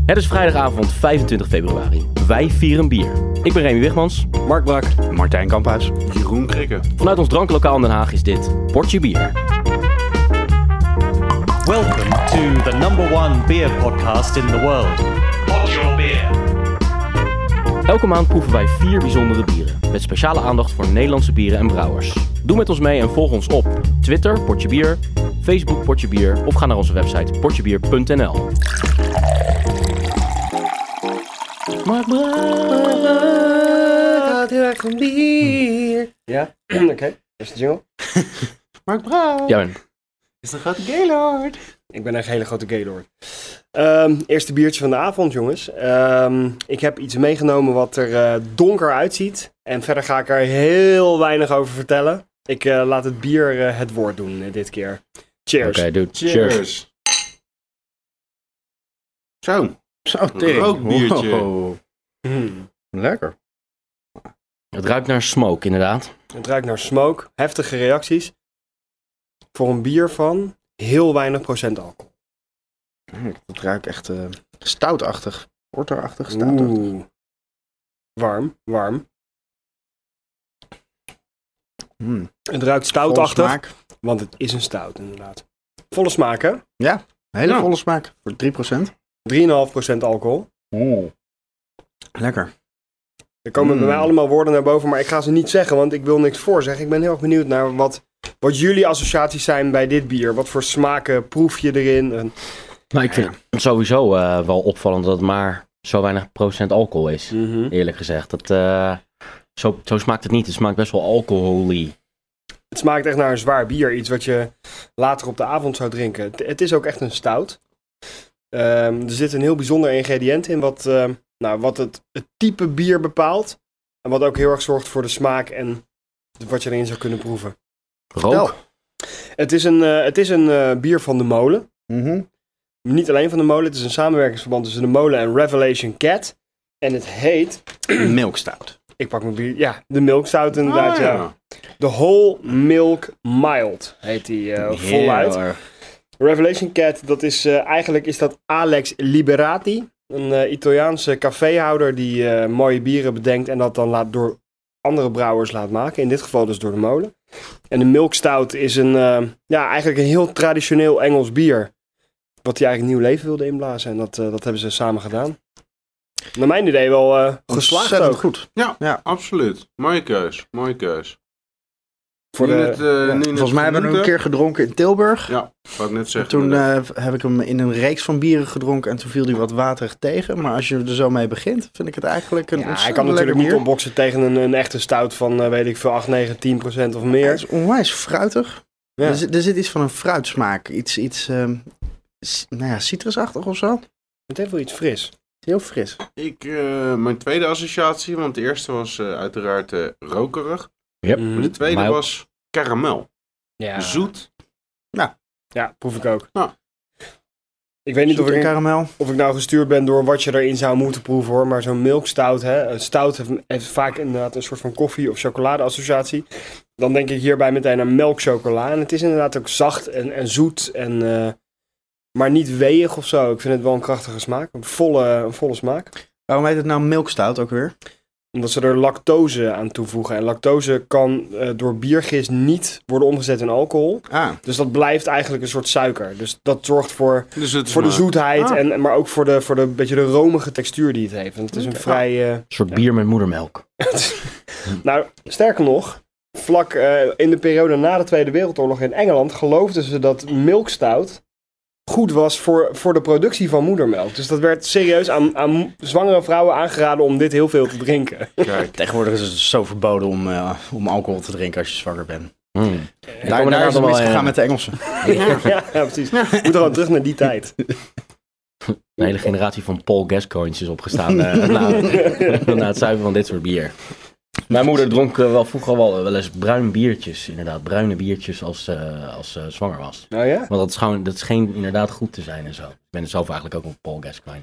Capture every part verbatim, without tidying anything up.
Het is vrijdagavond vijfentwintig februari. Wij vieren bier. Ik ben Remy Wigmans. Mark Brak. Martijn Kamphuis. Jeroen Krikke. Vanuit ons dranklokaal in Den Haag is dit Portje Bier. Welcome to the number one beer podcast in the world. Pod your beer. Elke maand proeven wij vier bijzondere bieren. Met speciale aandacht voor Nederlandse bieren en brouwers. Doe met ons mee en volg ons op Twitter, Portje Bier, Facebook, Portje Bier of ga naar onze website portjebier punt n l. Mark Gaat heel erg van bier. Ja, oké. Okay. Dat is de jingle. Mark Brouw. Ja, man. Is een grote Gaylord. Ik ben een hele grote Gaylord. Um, eerste biertje van de avond, jongens. Um, ik heb iets meegenomen wat er uh, donker uitziet. En verder ga ik er heel weinig over vertellen. Ik uh, laat het bier uh, het woord doen uh, dit keer. Cheers. Oké, okay, dude. Cheers. Cheers. Zo. Zo, tering. Rookbiertje. Wow. Mm. Lekker. Het ruikt naar smoke, inderdaad. Het ruikt naar smoke. Heftige reacties. Voor een bier van heel weinig procent alcohol. Het ruikt echt uh, stoutachtig. Porterachtig, stoutachtig. Oeh. Warm, warm. Mm. Het ruikt stoutachtig, want het is een stout inderdaad. Volle smaak, hè? Ja, hele Ja. volle smaak. Voor drie procent. drie komma vijf procent alcohol. Oeh. Lekker. Er komen Mm. bij mij allemaal woorden naar boven, maar ik ga ze niet zeggen, want ik wil niks voorzeggen. Ik ben heel erg benieuwd naar wat, wat jullie associaties zijn bij dit bier. Wat voor smaken proef je erin? En... Maar ik vind het sowieso uh, wel opvallend dat het maar zo weinig procent alcohol is. Mm-hmm. Eerlijk gezegd. Dat, uh, zo, zo smaakt het niet. Het smaakt best wel alcoholie. Het smaakt echt naar een zwaar bier. Iets wat je later op de avond zou drinken. Het, het is ook echt een stout. Um, er zit een heel bijzonder ingrediënt in wat, uh, nou, wat het, het type bier bepaalt. En wat ook heel erg zorgt voor de smaak en wat je erin zou kunnen proeven. Rook. Het is een, uh, het is een uh, bier van de molen. Mm-hmm. Niet alleen van de molen, het is een samenwerkingsverband tussen de molen en Revelation Cat. En het heet... Milk stout. Ik pak mijn bier. Ja, de milk stout inderdaad, Ah, ja. ja. De Whole Milk Mild heet die uh, voluit. Heel, uh, Revelation Cat, dat is uh, eigenlijk is dat Alex Liberati. Een uh, Italiaanse caféhouder die uh, mooie bieren bedenkt en dat dan laat door andere brouwers laat maken. In dit geval dus door de molen. En de milk stout is een, uh, ja, eigenlijk een heel traditioneel Engels bier. Wat hij eigenlijk nieuw leven wilde inblazen. En dat, uh, dat hebben ze samen gedaan. Naar mijn idee wel uh, geslaagd Ontzettend ook. goed. Ja, Ja. absoluut. Mooie keus. Mooie keus. Voor Nu de, net, uh, ja. nu net Volgens mij hebben we hem een genoemd, keer gedronken in Tilburg. hè? Ja, wou ik net zeggen. Toen inderdaad. uh, heb ik hem in een reeks van bieren gedronken en toen viel hij wat waterig tegen. Maar als je er zo mee begint, vind ik het eigenlijk een Ja, hij ontzettend kan natuurlijk lekker niet bier. opboksen tegen een, een echte stout van, uh, weet ik veel, acht, negen, tien procent of Hij meer. is onwijs fruitig. Ja. Er, zit, er zit iets van een fruitsmaak. Iets, iets um, c- nou ja, citrusachtig of zo. Het heeft wel iets fris. Heel fris. Ik, uh, mijn tweede associatie, want de eerste was uh, uiteraard uh, rokerig. Yep. Maar de tweede Maar ook- was karamel. Ja. Zoet. Ja, proef ik ook. Ja. Ik weet niet of Zoete ik, karamel. of ik nou gestuurd ben door wat je erin zou moeten proeven hoor. Maar zo'n milk stout, hè. Een stout heeft, heeft vaak inderdaad een soort van koffie- of chocolade-associatie. Dan denk ik hierbij meteen aan melkchocola. En het is inderdaad ook zacht en, en zoet. En, uh, maar niet weeig of zo. Ik vind het wel een krachtige smaak. Een volle, een volle smaak. Waarom heet het nou milk stout ook weer? Omdat ze er lactose aan toevoegen. En lactose kan uh, door biergist niet worden omgezet in alcohol. Ah, Dus dat blijft eigenlijk een soort suiker. Dus dat zorgt voor... Dus het Voor de smaak. zoetheid, Ah. en, maar ook voor de, voor de beetje de romige textuur die het heeft. En het is een Oké. vrij... uh, Een soort bier met moedermelk. nou, sterker nog, vlak uh, in de periode na de Tweede Wereldoorlog in Engeland geloofden ze dat milk stout goed was voor, voor de productie van moedermelk. Dus dat werd serieus aan, aan zwangere vrouwen aangeraden om dit heel veel te drinken. Kijk. tegenwoordig is het zo verboden om, uh, om alcohol te drinken als je zwanger bent. Mm. Daar, daar is het misgegaan met de Engelsen. ja, ja, precies. We moeten gewoon terug naar die tijd. Een hele generatie van Paul Gascoignes is opgestaan uh, na, na het zuipen van dit soort bier. Mijn moeder dronk uh, wel vroeger wel, wel eens bruin biertjes, inderdaad. Bruine biertjes als, uh, als uh, zwanger was. Nou ja? Want dat, is gewoon, dat scheen inderdaad goed te zijn en zo. Ik ben er zelf eigenlijk ook een Paul Gascoigne.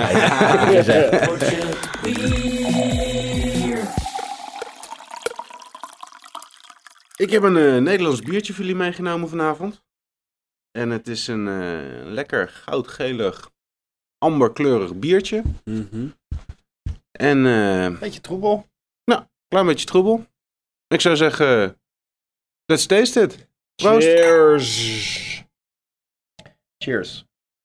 Ik heb een uh, Nederlands biertje voor jullie meegenomen vanavond. En het is een uh, lekker goudgelig amberkleurig biertje. Mm-hmm. En uh, Beetje troebel. klein beetje troebel. Ik zou zeggen, let's taste it. Proost. Cheers. Cheers.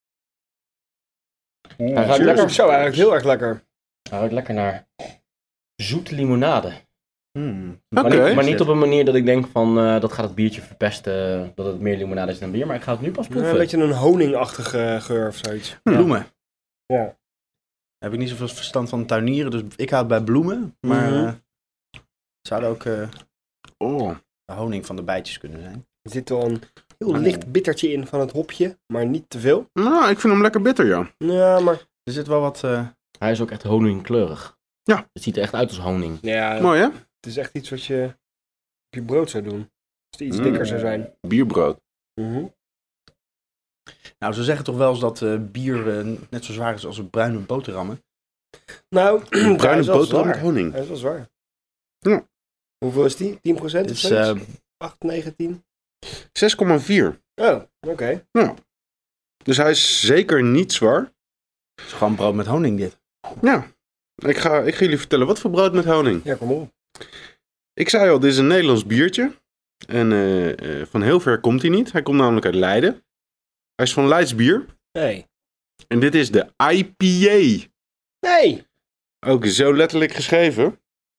Hij ruikt Lekker. lekker, Zo, eigenlijk heel erg lekker. hij ruikt lekker naar zoete limonade. Hmm. Maar, Oké. niet, maar niet op een manier dat ik denk van uh, dat gaat het biertje verpesten, dat het meer limonade is dan bier. Maar ik ga het nu pas Ja, proeven. een beetje een honingachtige geur of zoiets. Bloemen. Ja. Daar heb ik niet zoveel verstand van tuinieren, dus ik hou het bij bloemen. Maar Mhm. uh, het zou ook uh, Oh. de honing van de bijtjes kunnen zijn. Er zit wel een heel licht bittertje in van het hopje, maar niet te veel. Nou, ik vind hem lekker bitter, ja. Ja, maar... Er zit wel wat... Uh, Hij is ook echt honingkleurig. Ja. Het ziet er echt uit als honing. Ja, Mooi, hè? het is echt iets wat je op je brood zou doen. Als het iets Mm. dikker zou zijn. Bierbrood. Mhm. nou, ze zeggen toch wel eens dat uh, bier uh, net zo zwaar is als een bruine boterhammen. Nou, Een dat bruine is wel boterham met zwaar. honing. Dat is wel zwaar. Ja. Hoeveel is die? tien procent Het of is, zoiets? uh, acht, negen, tien? zes komma vier. Oh, oké. Dus hij is zeker niet zwaar. het is gewoon brood met honing dit. Ja. Ik ga, ik ga jullie vertellen, wat voor brood met honing? Ja, kom op. Ik zei al, dit is een Nederlands biertje. En uh, uh, van heel ver komt hij niet. Hij komt namelijk uit Leiden. Hij is van Leids Bier. Nee. En dit is de I P A. Nee! Ook zo letterlijk geschreven.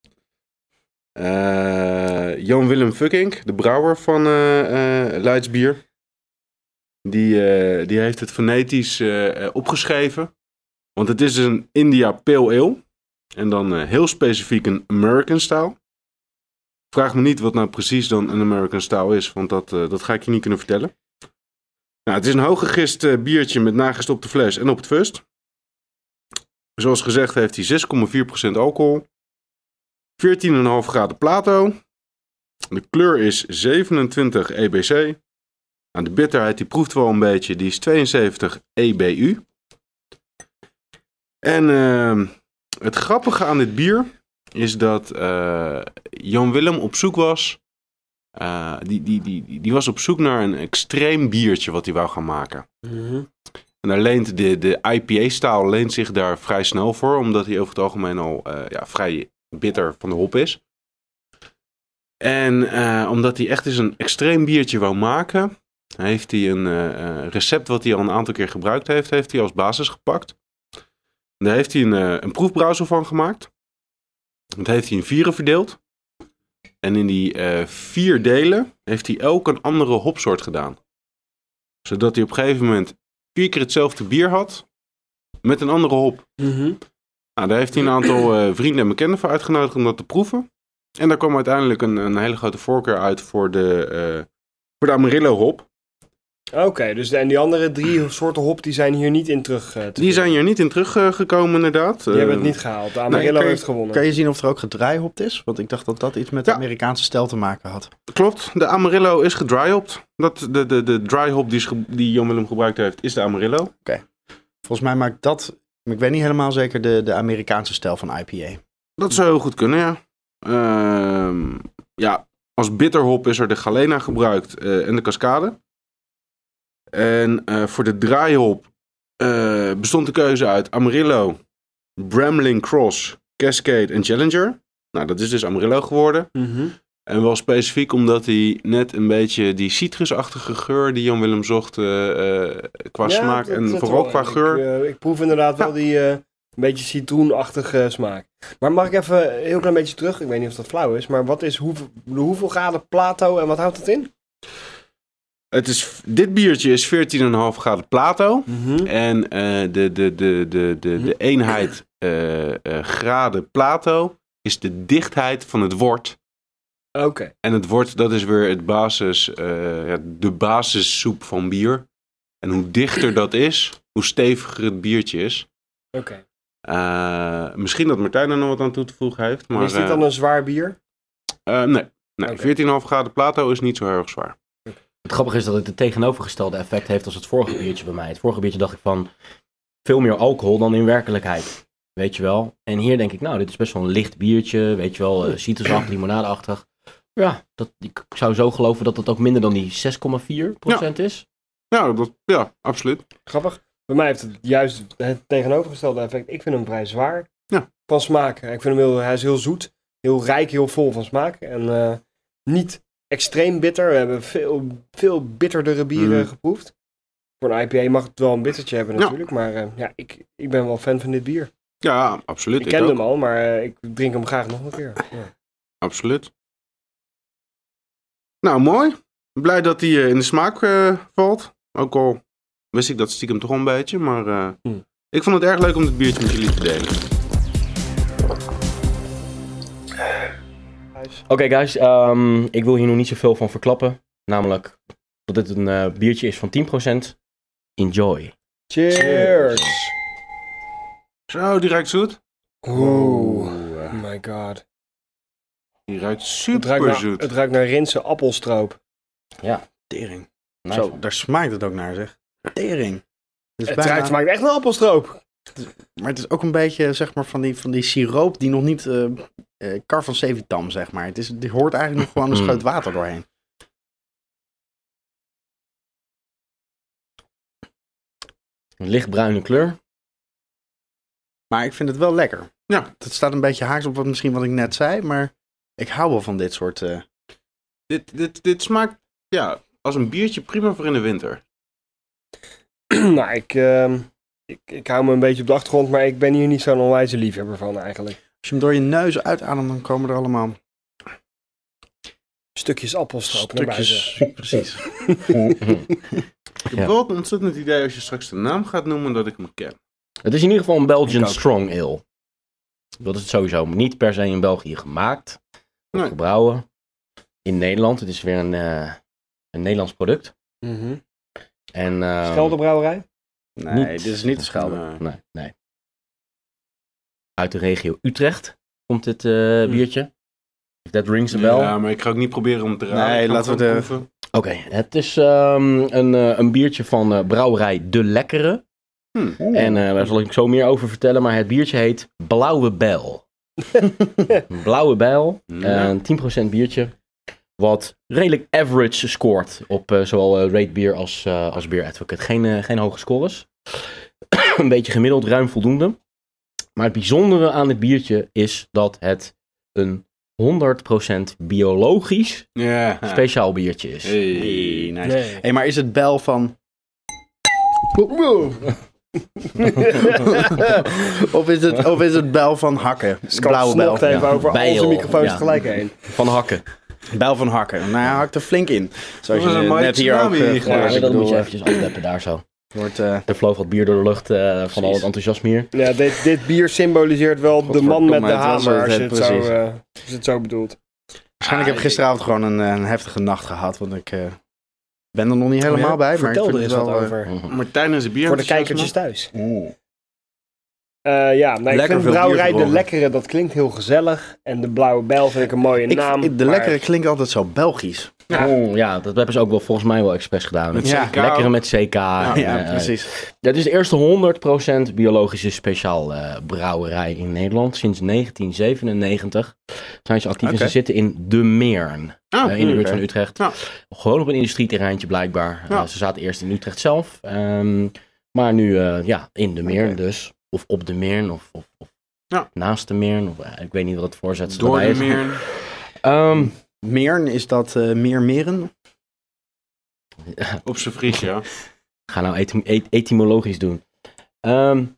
Uh, Jan Willem Fuckink, de brouwer van uh, uh, Leids Bier. Die, uh, die heeft het fonetisch uh, opgeschreven. Want het is een India Pale Ale. En dan uh, heel specifiek een American Style. Vraag me niet wat nou precies dan een American Style is. Want dat, uh, dat ga ik je niet kunnen vertellen. Nou, het is een hooggegist uh, biertje met nagist op de fles en op het fust. Zoals gezegd heeft hij zes komma vier procent alcohol. veertien komma vijf graden Plato. De kleur is zevenentwintig E B C. Nou, de bitterheid die proeft wel een beetje. Die is tweeënzeventig E B U. En uh, het grappige aan dit bier is dat uh, Jan Willem op zoek was. Uh, die, die, die, die was op zoek naar een extreem biertje wat hij wou gaan maken. Mhm. En daar leent de, de I P A-stijl leent zich daar vrij snel voor. Omdat hij over het algemeen al uh, ja, vrij bitter van de hop is. En uh, omdat hij echt eens een extreem biertje wou maken, heeft hij een uh, recept wat hij al een aantal keer gebruikt heeft, heeft hij als basis gepakt. En daar heeft hij een, uh, een proefbrouwsel van gemaakt. Dat heeft hij in vieren verdeeld. En in die uh, vier delen heeft hij elk een andere hopsoort gedaan. Zodat hij op een gegeven moment vier keer hetzelfde bier had, met een andere hop. Mhm. Nou, daar heeft hij een aantal uh, vrienden en bekenden voor uitgenodigd om dat te proeven. En daar kwam uiteindelijk een, een hele grote voorkeur uit voor de, uh, voor de Amarillo hop. Oké, okay, dus de, en die andere drie soorten hop die zijn hier niet in terug uh, te Die vinden. zijn hier niet in teruggekomen uh, inderdaad. Die uh, hebben het niet gehaald. De Amarillo nee, heeft je, gewonnen. Kan je zien of er ook gedraaihopt is? Want ik dacht dat dat iets met ja. de Amerikaanse stijl te maken had. Klopt, de Amarillo is gedryhopt. Dat, de, de, de dry hop die, die Jan Willem gebruikt heeft is de Amarillo. Oké. Okay. Volgens mij maakt dat, ik weet niet helemaal zeker, de, de Amerikaanse stijl van I P A. Dat zou heel goed kunnen, ja. Uh, ja, als bitterhop is er de Galena gebruikt uh, en de Cascade. En uh, voor de draaihop uh, bestond de keuze uit Amarillo, Bramling Cross, Cascade en Challenger. Nou, dat is dus Amarillo geworden. Mm-hmm. En wel specifiek omdat hij net een beetje die citrusachtige geur die Jan Willem zocht uh, uh, qua ja, smaak dat, en dat vooral wel. qua Ik, geur. Uh, ik proef inderdaad ja. wel die uh, een beetje citroenachtige smaak. Maar mag ik even een heel klein beetje terug? Ik weet niet of dat flauw is, maar wat is hoeveel, hoeveel graden Plato en wat houdt het in? Het is, dit biertje is veertien komma vijf graden Plato. Mm-hmm. En uh, de, de, de, de, de, de eenheid uh, uh, graden Plato is de dichtheid van het wort. Oké. Okay. En het wort, dat is weer het basis, uh, ja, de basissoep van bier. En hoe dichter dat is, hoe steviger het biertje is. Oké. Okay. Uh, misschien dat Martijn er nog wat aan toe te voegen heeft. Maar, is dit dan een zwaar bier? Uh, nee, nee. Okay. veertien komma vijf graden Plato is niet zo heel erg zwaar. Het grappige is dat het het tegenovergestelde effect heeft als het vorige biertje bij mij. Het vorige biertje dacht ik van veel meer alcohol dan in werkelijkheid. Weet je wel. En hier denk ik, nou, dit is best wel een licht biertje. Weet je wel, uh, citrusachtig, limonadeachtig. Ja, dat, ik zou zo geloven dat het ook minder dan die zes komma vier procent ja. is. Ja, dat, ja, absoluut. Grappig. Bij mij heeft het juist het tegenovergestelde effect. Ik vind hem vrij zwaar Ja. van smaak. Ik vind hem heel, hij is heel zoet, heel rijk, heel vol van smaak. En uh, niet extreem bitter. We hebben veel, veel bitterdere bieren Mm. geproefd. Voor een I P A mag het wel een bittertje hebben natuurlijk. Ja. Maar uh, ja, ik, ik ben wel fan van dit bier. Ja, absoluut. Ik Ik kende ook. hem al, maar uh, ik drink hem graag nog een keer. Ja. Absoluut. Nou, mooi. Blij dat hij uh, in de smaak uh, valt. Ook al wist ik dat stiekem toch wel een beetje. Maar uh, Hmm. ik vond het erg leuk om dit biertje met jullie te delen. Oké okay guys, um, ik wil hier nog niet zoveel van verklappen. Namelijk dat dit een uh, biertje is van tien procent. Enjoy. Cheers! Zo, die ruikt zoet. Oeh, oh my god. Die ruikt Het super ruikt, naar, zoet. het ruikt naar Rinse appelstroop. Ja. Tering. Nice, Zo, man. daar smaakt het ook naar, zeg. Tering. Het, is Het bijna- ruikt, smaakt echt naar appelstroop. Maar het is ook een beetje, zeg maar, van die, van die siroop die nog niet... Uh, uh, Kar van Sevitam, zeg maar. Het is, die hoort eigenlijk nog gewoon een scheut water doorheen. Een lichtbruine kleur. Maar ik vind het wel lekker. Ja. Het staat een beetje haaks op wat misschien wat ik net zei, maar ik hou wel van dit soort... Uh... Dit, dit, dit smaakt ja, als een biertje prima voor in de winter. nou, ik, uh, ik, ik hou me een beetje op de achtergrond, maar ik ben hier niet zo'n onwijze liefhebber van eigenlijk. Als je hem door je neus uitademt, dan komen er allemaal... Stukjes appelstroop naar Stukjes, buiten. precies. Ik heb Ja. wel een ontzettend idee als je straks de naam gaat noemen dat ik hem ken. Het is in ieder geval een Belgian Ik ook. Strong Ale. Dat is het sowieso. Niet per se in België gemaakt. Of Nee. gebrouwen. In Nederland. Het is weer een, uh, een Nederlands product. Mm-hmm. En, uh, Scheldebrouwerij? Nee, Niet. dit is niet te schelden. Nee. Nee, nee. Uit de regio Utrecht komt dit uh, biertje. If that rings a bell. Ja, maar ik ga ook niet proberen om te raden. Nee, Ik ga laten hem we gewoon de- proeven. Oké, het is um, een, uh, een biertje van uh, brouwerij De Lekkere. Hm. En uh, daar zal ik zo meer over vertellen. Maar het biertje heet Blauwe Bijl. Blauwe Bijl. Ja. Uh, een tien procent biertje. Wat redelijk average scoort op uh, zowel uh, Rate Beer als, uh, als Beer Advocate. Geen, uh, geen hoge scores. Een beetje gemiddeld, ruim voldoende. Maar het bijzondere aan dit biertje is dat het een honderd procent biologisch Ja. speciaal biertje is. Hey. Nee, nice. Nee. Hey, maar is het bel van... of, is het, of is het bel van hakken? Blauwe bel. Snokt even ja. over Bijl, onze microfoons ja. tegelijk heen. Van hakken. Bel van hakken. Nou, hij hakt er flink in. Zoals Dat was je een mooie net hier ook tsunami uh, hier gehoord. Ja, Ik dat moet bedoel, je uh, eventjes afdeppen daar zo. wordt, uh, Er vloog wat bier door de lucht uh, van al Precies. het enthousiasme hier. Ja, dit, dit bier symboliseert wel de man met de Godverdomme, het was hamer, het, als je het, het, zo, precies. uh, als je het zo bedoelt. waarschijnlijk heb ik gisteravond gewoon een, een heftige nacht gehad. Want ik uh, ben er nog niet helemaal Oh ja? bij. Maar Vertel ik er vind eens het wat wel, over. Mhm. Maar tijdens de bier. Voor de kijkertjes thuis. Uh, Uh, ja, nou, ik Lekker vind veel brouwerij bier De gedronken. Lekkere, dat klinkt heel gezellig. En de Blauwe Bijl vind ik een mooie ik, naam. ik- de maar- lekkere klinkt altijd zo Belgisch. Ja. Oh, ja, dat hebben ze ook wel volgens mij wel expres gedaan. Met Ja. C K Lekkere ook. met C K. Ja, Ja, precies. Het is de eerste honderd procent biologische speciaal uh, brouwerij in Nederland. Sinds negentien zevenennegentig zijn ze actief. En Oké. ze zitten in De Meern. Ah, uh, in de buurt oké. van Utrecht. Ja. Gewoon op een industrieterreintje blijkbaar. Ja. Uh, ze zaten eerst in Utrecht zelf. Um, maar nu uh, ja, in De Meern Oké. dus. Of op De Meern. Of, of, of Ja. naast De Meern. Of, uh, ik weet niet wat het voorzetsel Door erbij de is. meer. Um, Meern, is dat uh, meer meren? Op zijn Fries, ja. Ga nou etym- et- etymologisch doen. Um,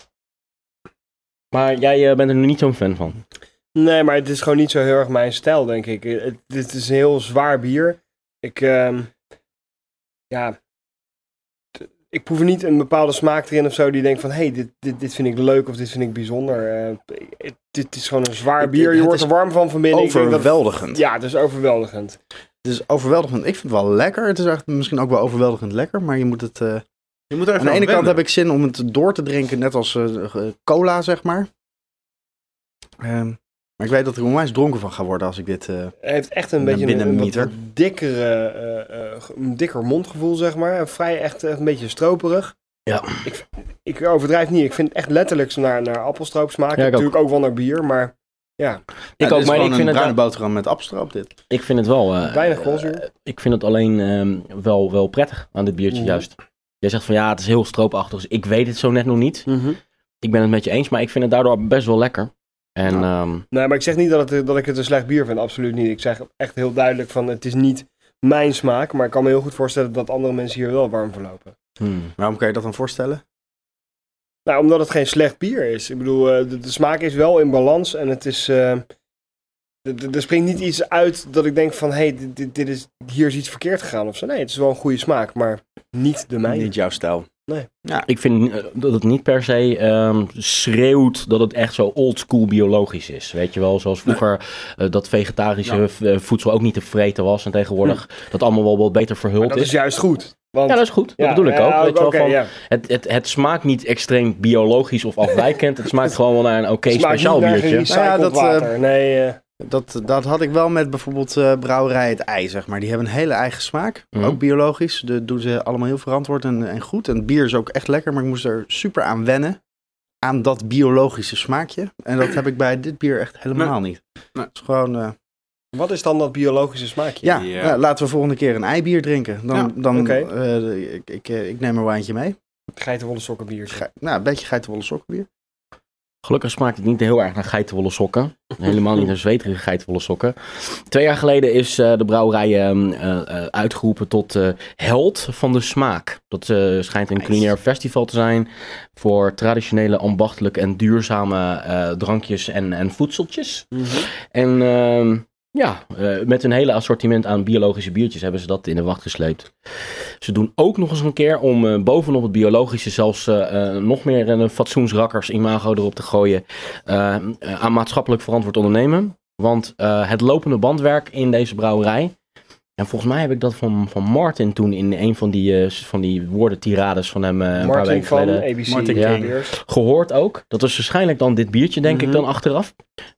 maar jij uh, bent er nu niet zo'n fan van. Nee, maar het is gewoon niet zo heel erg mijn stijl, denk ik. Het, dit is een heel zwaar bier. Ik, ehm, ja... t- Ik proef er niet een bepaalde smaak erin of zo die denkt van... Hé, hey, dit, dit, dit vind ik leuk of dit vind ik bijzonder. Uh, het, dit is gewoon een zwaar Het- bier. Je het wordt is er warm van van binnen. Ik denk dat- Overweldigend. Ja, het is overweldigend. Het is overweldigend. Ik vind het wel lekker. Het is echt misschien ook wel overweldigend lekker. Maar je moet het... Uh, Je moet er aan de ene kant heb ik zin om het door te drinken. Net als uh, uh, cola, zeg maar. Um, maar ik weet dat ik er onwijs dronken van ga worden als ik dit... Uh, Hij heeft echt een Een beetje een, een, wat- binnenmieter. wat dikkere, uh, uh, een dikker mondgevoel, zeg maar. Vrij echt, echt een beetje stroperig. Ja. Ik, ik overdrijf niet. Ik vind het echt letterlijk naar, naar appelstroop smaken. Ja, ik Natuurlijk ook wel naar bier, maar ja. Ik ja, ook, dit is maar gewoon ik vind een het bruine wel, boterham met appelstroop dit. ik vind het wel uh, Weinig uh, koolzuur. ik vind het alleen um, wel, wel prettig aan dit biertje Mhm. juist. Jij zegt van ja, het is heel stroopachtig, dus ik weet het zo net nog niet. Mm-hmm. Ik ben het met je eens, maar ik vind het daardoor best wel lekker. En Ja. um, Nee, maar ik zeg niet dat, het, dat ik het een slecht bier vind. Absoluut niet. Ik zeg echt heel duidelijk van het is niet mijn smaak. Maar ik kan me heel goed voorstellen dat andere mensen hier wel warm voor lopen. hmm. Waarom kan je dat dan voorstellen? Nou, omdat het geen slecht bier is. Ik bedoel, uh, de, de smaak is wel in balans. En het is... Uh, er springt niet iets uit dat ik denk van... Hé, hey, dit, dit, dit is, hier is iets verkeerd gegaan of zo. Nee, het is wel een goede smaak. Maar niet de mijne. Niet jouw stijl. Ik vind uh, dat het niet per se um, schreeuwt dat het echt zo oldschool biologisch is. Weet je wel, zoals vroeger uh, dat vegetarische Ja. v- uh, voedsel ook niet te vreten was. En tegenwoordig dat allemaal wel wat beter verhuld Maar dat is. is juist goed. Want, Ja, dat is goed. Dat ja, bedoel ik ja, ook. Weet je wel, oké, van, ja. het, het, het smaakt niet extreem biologisch of afwijkend. Het smaakt gewoon wel naar een oké Het smaakt speciaal niet naar biertje. gerecycled Nou ja, dat, uh, water. Nee, uh, Dat, dat had ik wel met bijvoorbeeld uh, brouwerij Het Ei, zeg maar. Die hebben een hele eigen smaak. Mhm. Ook biologisch. Dat doen ze allemaal heel verantwoord en, en goed. En het bier is ook echt lekker, maar ik moest er super aan wennen. Aan dat biologische smaakje. En dat heb ik bij dit bier echt helemaal niet. Nee. Het is gewoon... Uh, wat is dan dat biologische smaakje? ja, Ja. ja, laten we volgende keer een eibier drinken. Dan, Ja, dan oké. uh, ik, ik, ik neem een wijntje mee. Geitenwolle sokkenbiertje. Ge- nou, een beetje geitenwolle sokkenbier. Gelukkig smaakt het niet heel erg naar geitenwolle sokken. Helemaal niet naar zweterige geitenwolle sokken. Twee jaar geleden is uh, de brouwerij uh, uh, uitgeroepen tot uh, held van de smaak. Dat uh, schijnt een culinair festival te zijn voor traditionele, ambachtelijke en duurzame uh, drankjes en, en voedseltjes. Mm-hmm. En uh, ja, uh, met een hele assortiment aan biologische biertjes hebben ze dat in de wacht gesleept. Ze doen ook nog eens een keer om uh, bovenop het biologische zelfs uh, uh, nog meer een fatsoensrakkers imago erop te gooien uh, uh, aan maatschappelijk verantwoord ondernemen. Want uh, het lopende bandwerk in deze brouwerij, en volgens mij heb ik dat van, van Martin toen in een van die, uh, van die woordentirades van hem uh, een paar Martin weken van geleden A B C Martin King. Beers. gehoord ook. Dat was waarschijnlijk dan dit biertje, denk Mhm. ik dan achteraf.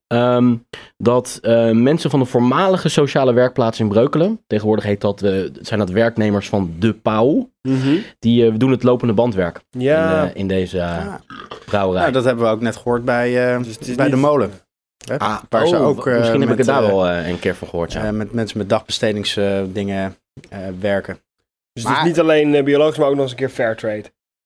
Um, dat uh, mensen van de voormalige sociale werkplaats in Breukelen, tegenwoordig heet dat, uh, zijn dat werknemers van De Pauw, Mm-hmm. die uh, doen het lopende bandwerk Ja. in, uh, in deze uh, Ja. brouwerij. Nou, dat hebben we ook net gehoord bij, uh, Dus het is bij niet- de molen. Hè? Ah, Waar ze oh, ook, uh, misschien heb ik met, het daar uh, wel uh, een keer van gehoord. Ja. Uh, met mensen met dagbestedingsdingen uh, werken. Dus Maar- het is niet alleen uh, biologisch, maar ook nog eens een keer fair trade.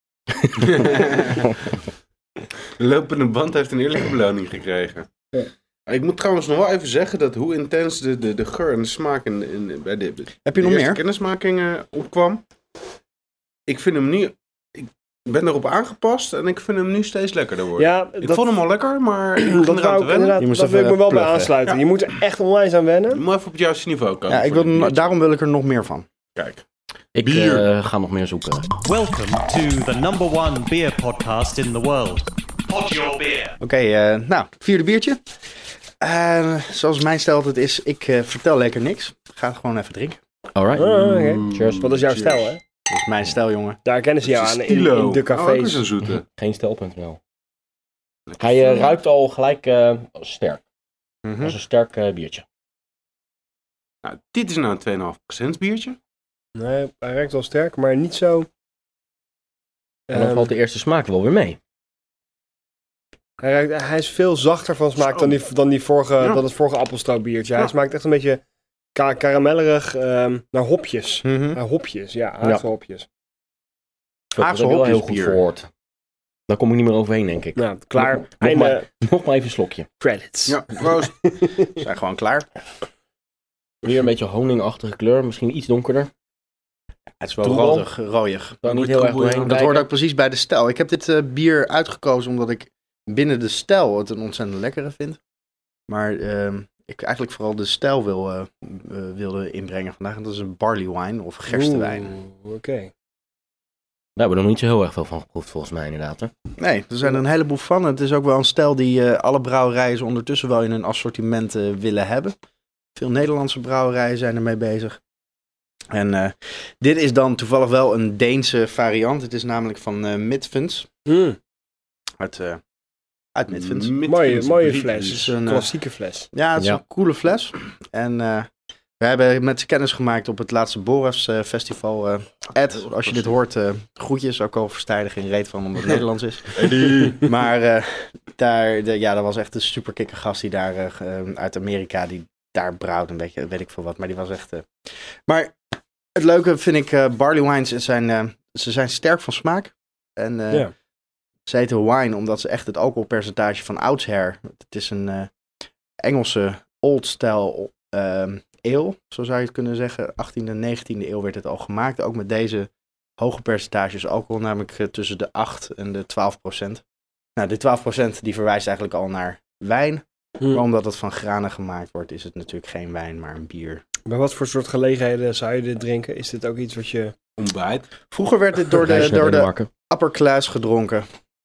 De lopende band heeft een eerlijke beloning gekregen. Ja. Ik moet trouwens nog wel even zeggen dat hoe intens de, de, de geur en de smaak in, in, bij de, Heb je de nog eerste meer? kennismaking uh, opkwam. Ik vind hem nu... Ik ben erop aangepast en ik vind hem nu steeds lekkerder worden. Ja, ik dat, vond hem al lekker, maar ik begin dat eraan wou te ik wennen. inderdaad, Je moest dat wil ik even me wel bij pluggen. aansluiten. Ja. Je moet er echt onwijs aan Je wennen. moet even op het juiste niveau komen. Ja, ik voor wil, dit biertje. daarom wil ik er nog meer van. Kijk. Ik bier. uh, ga nog meer zoeken. Welcome to the number one beer podcast in the world. Pod your beer. Oké, okay, uh, nou, vierde biertje. Uh, zoals mijn stijl altijd is, ik uh, vertel lekker niks. Ik ga het gewoon even drinken. Alright. Ah, oké. Cheers. Wat is jouw Cheers. stijl, hè? Dat is mijn stijl, jongen. Daar kennen ze jou aan in, Stilo. in de Oh, ook cafés. eens een zoete. Geen stel punt nl. Hij uh, ruikt al gelijk uh, sterk. Mm-hmm. Als een sterk uh, biertje. Nou, dit is nou een twee komma vijf procent biertje. Nee, hij ruikt wel sterk, maar niet zo... En dan Ehm, valt de eerste smaak wel weer mee. hij, ruikt, hij is veel zachter van smaak Zo. dan, die, dan, die vorige, Ja. dan het vorige appelstroopbiertje. Hij Ja. smaakt echt een beetje ka- karamellerig ehm, naar hopjes. Mm-hmm. Naar hopjes, ja, Haagse hopjes. Dat Haagse heb ik wel heel goed hopjesbier. verwoord. Daar kom ik niet meer overheen, denk ik. Nou, klaar. Nog- nog Einde maar. Nog maar even een slokje. credits. Ja, proost. We zijn gewoon klaar. Weer een beetje honingachtige kleur. Misschien iets donkerder. Het is wel Troebel. rodig, rooiig. Daar niet moet heel erg troebel, doorheen ja. Dat hoort kijken. ook precies bij de stijl. Ik heb dit uh, bier uitgekozen omdat ik binnen de stijl het een ontzettend lekkere vind. Maar uh, ik eigenlijk vooral de stijl wil, uh, uh, wilde inbrengen vandaag. En dat is een barley wine of gerstewijn. Oeh, Oké. Daar hebben we nog niet zo heel erg veel van geproefd, volgens mij inderdaad. Hè? Nee, er zijn er een heleboel van. Het is ook wel een stijl die uh, alle brouwerijen ondertussen wel in hun assortiment uh, willen hebben. Veel Nederlandse brouwerijen zijn ermee bezig. En uh, dit is dan toevallig wel een Deense variant. Het is namelijk van uh, Midvens. Mm, Uit, uh, uit Midvens. mooie mooie Drie- fles. Het is een, uh, Klassieke fles. Ja, het is Ja. een coole fles. En uh, we hebben met ze kennis gemaakt op het laatste Boras uh, festival. Uh, Ed, als je dit hoort, uh, groetjes. Ook al versta je er geen reet van omdat het Nederlands is. Maar uh, daar, de, ja, dat was echt een super kikke gast die daar uh, uit Amerika, die daar brouwt een beetje, weet ik veel wat. Maar die was echt... Uh... Maar het leuke vind ik, uh, barley wines zijn uh, ze zijn sterk van smaak. En uh, Ja. ze heten wine omdat ze echt het alcoholpercentage van oudsher... Het is een uh, Engelse old-style uh, ale, zo zou je het kunnen zeggen. achttiende en negentiende eeuw werd het al gemaakt. Ook met deze hoge percentages alcohol, namelijk uh, tussen de acht en de twaalf procent. Nou, de twaalf procent die verwijst eigenlijk al naar wijn. Hm. Maar omdat het van granen gemaakt wordt, is het natuurlijk geen wijn, maar een bier. Bij wat voor soort gelegenheden zou je dit drinken? Is dit ook iets wat je... Ontbijt. Vroeger werd dit door de, Reis naar door de Denemarken. upper class gedronken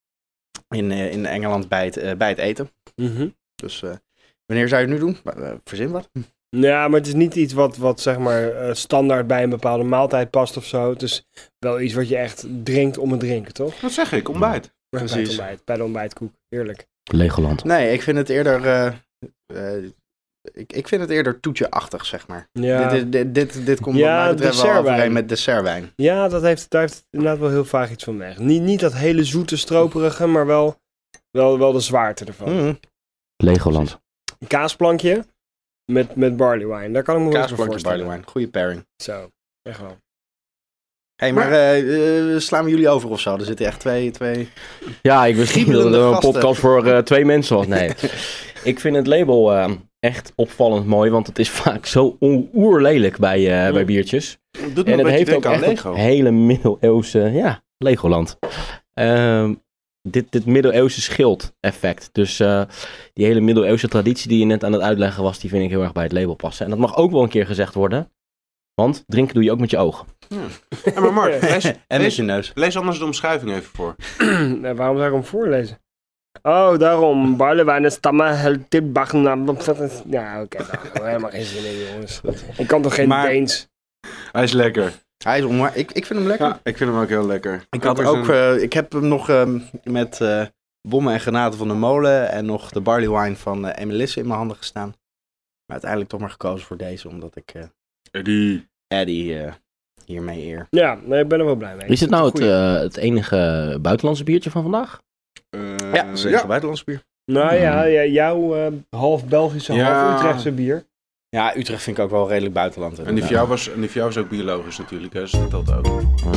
in, uh, in Engeland bij het, uh, bij het eten. Mm-hmm. Dus uh, wanneer zou je het nu doen? Uh, verzin wat. Ja, maar het is niet iets wat, wat zeg maar uh, standaard bij een bepaalde maaltijd past of zo. Het is wel iets wat je echt drinkt om het drinken, toch? Wat zeg ik? Ontbijt. Bij het Precies. ontbijt, bij de ontbijtkoek. Heerlijk. Legoland. Nee, ik vind het eerder... Uh, uh, ik, ik vind het eerder toetje-achtig, zeg maar. Ja, Dit, is- dit, dit, dit komt Ja, wat mij betreft wel dessertwijn. overeen met dessertwijn. ja dat heeft, daar heeft inderdaad wel heel vaak iets van weg. Niet, niet dat hele zoete, stroperige, maar wel, wel, wel de zwaarte ervan. Mm. Legoland. Een kaasplankje met, met barley wine. Daar kan ik me wel eens bij Kaasplankje voorstellen. barley wine. Goede pairing. Zo, echt wel. Hé, hey, maar uh, uh, slaan we jullie over of zo? Er zitten echt twee... twee... Ja, ik wist niet dat het Giebelende een gasten. podcast voor uh, twee mensen was. Nee. Ik vind het label uh, echt opvallend mooi, want het is vaak zo on- oerlelijk bij, uh, bij biertjes. Doet me En een het beetje heeft ook denken aan echt Lego. een hele middeleeuwse, ja, Legoland. Uh, dit, dit middeleeuwse schild effect. Dus uh, die hele middeleeuwse traditie die je net aan het uitleggen was, die vind ik heel erg bij het label passen. En dat mag ook wel een keer gezegd worden, want drinken doe je ook met je ogen. Ja, maar Mark, lees, En met lees, je neus. lees anders de omschrijving even voor. Nee, waarom zou ik hem voorlezen? Oh, daarom. Barley wine stammen, helt dit bakken. Ja, oké. Okay, daar heb ik helemaal geen zin in, jongens. Ik kan toch geen Maar- Deens? Hij is lekker. Hij is onwa- ik, ik vind hem lekker. Ja, ik vind hem ook heel lekker. Ik, had eens ook, een- uh, ik heb hem nog uh, met uh, bommen en granaten van de molen en nog de barley wine van uh, Emelisse in mijn handen gestaan. Maar uiteindelijk toch maar gekozen voor deze, omdat ik uh, Die... Eddie uh, hiermee eer. Ja, nee, ik ben er wel blij mee. Is het nou het, Goeie. uh, het enige buitenlandse biertje van vandaag? eh, Ja, dat is een buitenlands bier. Nou ja, ja jouw uh, half Belgische, Ja. half Utrechtse bier. Ja, Utrecht vind ik ook wel redelijk buitenland. En die voor jou was, en die voor jou was ook biologisch natuurlijk, hè? Dus dat telt ook.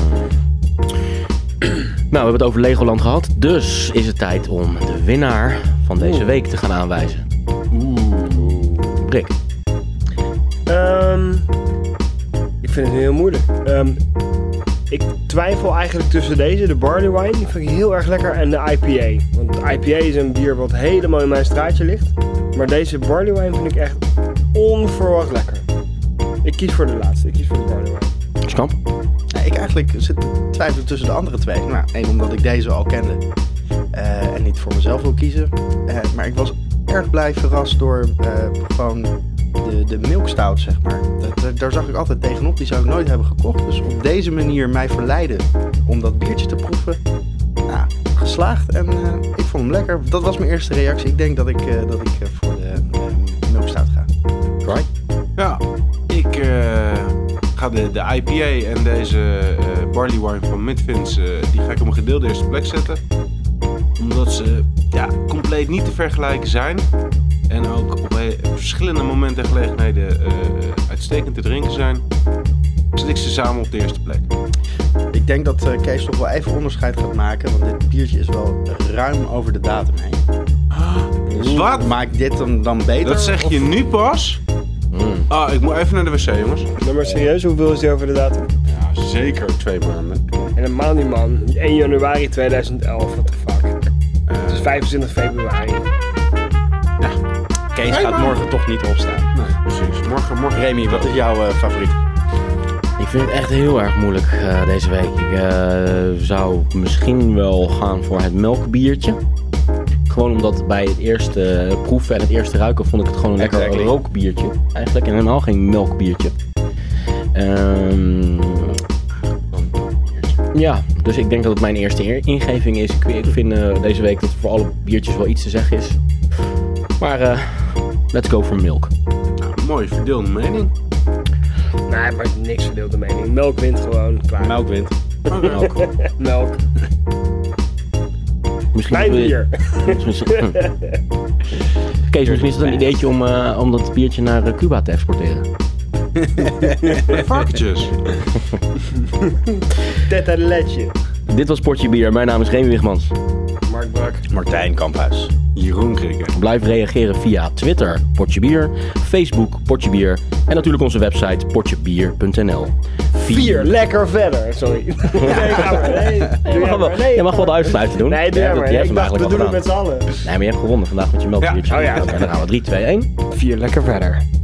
Nou, we hebben het over Legoland gehad. Dus is het tijd om de winnaar van deze Oeh. week te gaan aanwijzen. Brik. Um, ik vind het heel moeilijk. Um, ik twijfel eigenlijk tussen deze, de barley wine, die vind ik heel erg lekker, en de I P A. Want de I P A is een bier wat helemaal in mijn straatje ligt. Maar deze barley wine vind ik echt onverwacht lekker. Ik kies voor de laatste, ik kies voor de barley wine. Skamp. Ja, ik eigenlijk zit te twijfelen tussen de andere twee. Nou, één omdat ik deze al kende uh, en niet voor mezelf wil kiezen. Uh, maar ik was erg blij verrast door uh, gewoon de, de milk stout, zeg maar. Dat, dat, daar zag ik altijd tegenop, die zou ik nooit hebben gekocht. Dus op deze manier mij verleiden om dat biertje te proeven. Nou, geslaagd en uh, ik vond hem lekker. Dat was mijn eerste reactie. Ik denk dat ik, uh, dat ik uh, voor de uh, milk stout ga. Right? Ja, ik uh, ga de, de I P A en deze uh, barley wine van Midvins, uh, die ga ik op een gedeelde eerste plek zetten. Omdat ze ja, compleet niet te vergelijken zijn. En ook op he- verschillende momenten en gelegenheden uh, uitstekend te drinken zijn. Zet ik ze samen op de eerste plek. Ik denk dat uh, Kees toch wel even onderscheid gaat maken, want dit biertje is wel ruim over de datum heen. Dus Wat? maakt dit dan, dan beter? Dat zeg je of- nu pas? Mm. Ah, ik moet even naar de wc, jongens. Nou, maar serieus, hoeveel is die over de datum? Ja, zeker twee maanden. Helemaal niet, man. één januari tweeduizend elf, what the fuck. Uh, Het is vijfentwintig februari. Kees gaat morgen toch niet opstaan. nee, precies. Morgen, morgen. Remy, wat is jouw uh, favoriet? Ik vind het echt heel erg moeilijk uh, deze week. Ik uh, zou misschien wel gaan voor het melkbiertje. Gewoon omdat bij het eerste proeven en het eerste ruiken vond ik het gewoon een lekker Exactly. rookbiertje. Eigenlijk en helemaal geen melkbiertje. Um, ja, dus ik denk dat het mijn eerste eer- ingeving is. Ik, ik vind uh, deze week dat er voor alle biertjes wel iets te zeggen is. Maar uh, let's go for milk. Nou, mooi verdeelde mening. Nee, maar niks verdeelde mening. Melk wint gewoon, klaar. Melk wint. Melk. Melk. Misschien Mijn wil je- bier. Misschien- Kees, misschien is het een ideetje om, uh, om dat biertje naar uh, Cuba te exporteren. Varkentjes. Teta letje. Dit was Potje Bier. Mijn naam is Remy Wigmans. Mark Brak. Martijn Kamphuis. Jeroen Krikke. Blijf reageren via Twitter, Potje Bier, Facebook, Potje Bier en natuurlijk onze website potjebier punt n l. Vier, lekker verder. Sorry. Nee, ga maar. Nee, Je mag, wel, nee, je mag wel de uitsluiting doen. Nee, doe Je jij hebt maar. het- je hebt Ik hem dacht, we eigenlijk doen al het gedaan. met z'n allen. Nee, maar je hebt gewonnen vandaag met je melkbiertje. Ja. Oh ja. En dan gaan we drie, twee, één. Vier, lekker verder.